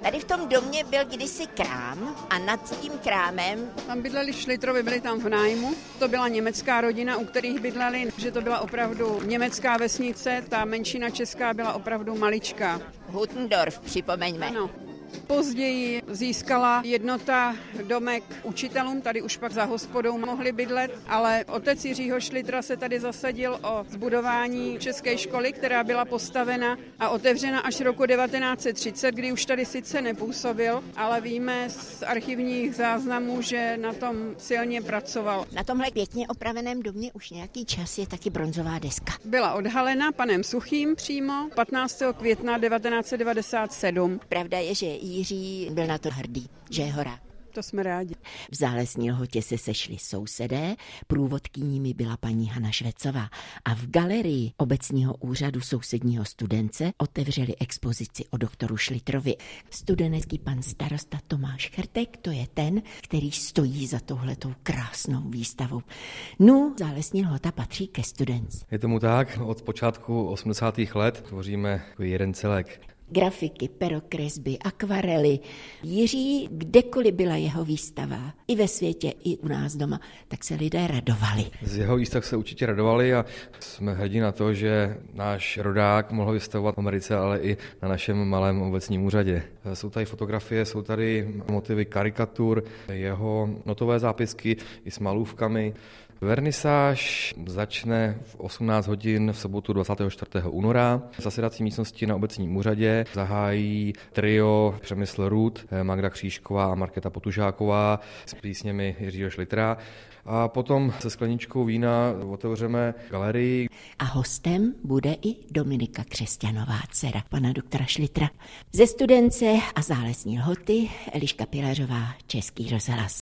Tady v tom domě byl kdysi krám a nad tím krámem... Tam bydleli Šlitrovi, byli tam v nájmu. To byla německá rodina, u kterých bydleli, že to byla opravdu německá vesnice, ta menšina česká byla opravdu maličká. Hutendorf, připomeňme. Ano. Později získala jednota domek učitelům, tady už pak za hospodou mohli bydlet, ale otec Jiřího Šlitra se tady zasadil o zbudování české školy, která byla postavena a otevřena až roku 1930, kdy už tady sice nepůsobil, ale víme z archivních záznamů, že na tom silně pracoval. Na tomhle pěkně opraveném domě už nějaký čas je taky bronzová deska. Byla odhalena panem Suchým přímo 15. května 1997. Pravda je, že Jiří byl na to hrdý, že je horák. To jsme rádi. V Zálesní Lhotě se sešli sousedé, průvodkyními byla paní Hana Švecová a v galerii obecního úřadu sousedního Studence otevřeli expozici o doktoru Šlitrovi. Studenecký pan starosta Tomáš Chertek, to je ten, který stojí za touhletou krásnou výstavou. No, Zálesní Lhota patří ke Studence. Je tomu tak, od počátku 80. let tvoříme jeden celek. Grafiky, perokresby, akvarely. Jiří, kdekoliv byla jeho výstava, i ve světě, i u nás doma, tak se lidé radovali. Z jeho výstav se určitě radovali a jsme hrdí na to, že náš rodák mohl vystavovat v Americe, ale i na našem malém obecním úřadě. Jsou tady fotografie, jsou tady motivy karikatur, jeho notové zápisky i s malůvkami. Vernisáž začne v 18 hodin v sobotu 24. února. V zasedací místnosti na obecním úřadě zahájí trio Přemysl Rud, Magda Křížková a Markéta Potužáková s písněmi Jiřího Šlitra. A potom se skleničkou vína otevřeme galerii. A hostem bude i Dominika Křesťanová, dcera pana doktora Šlitra. Ze Studence a Zálesní Lhoty Eliška Pilařová, Český rozhlas.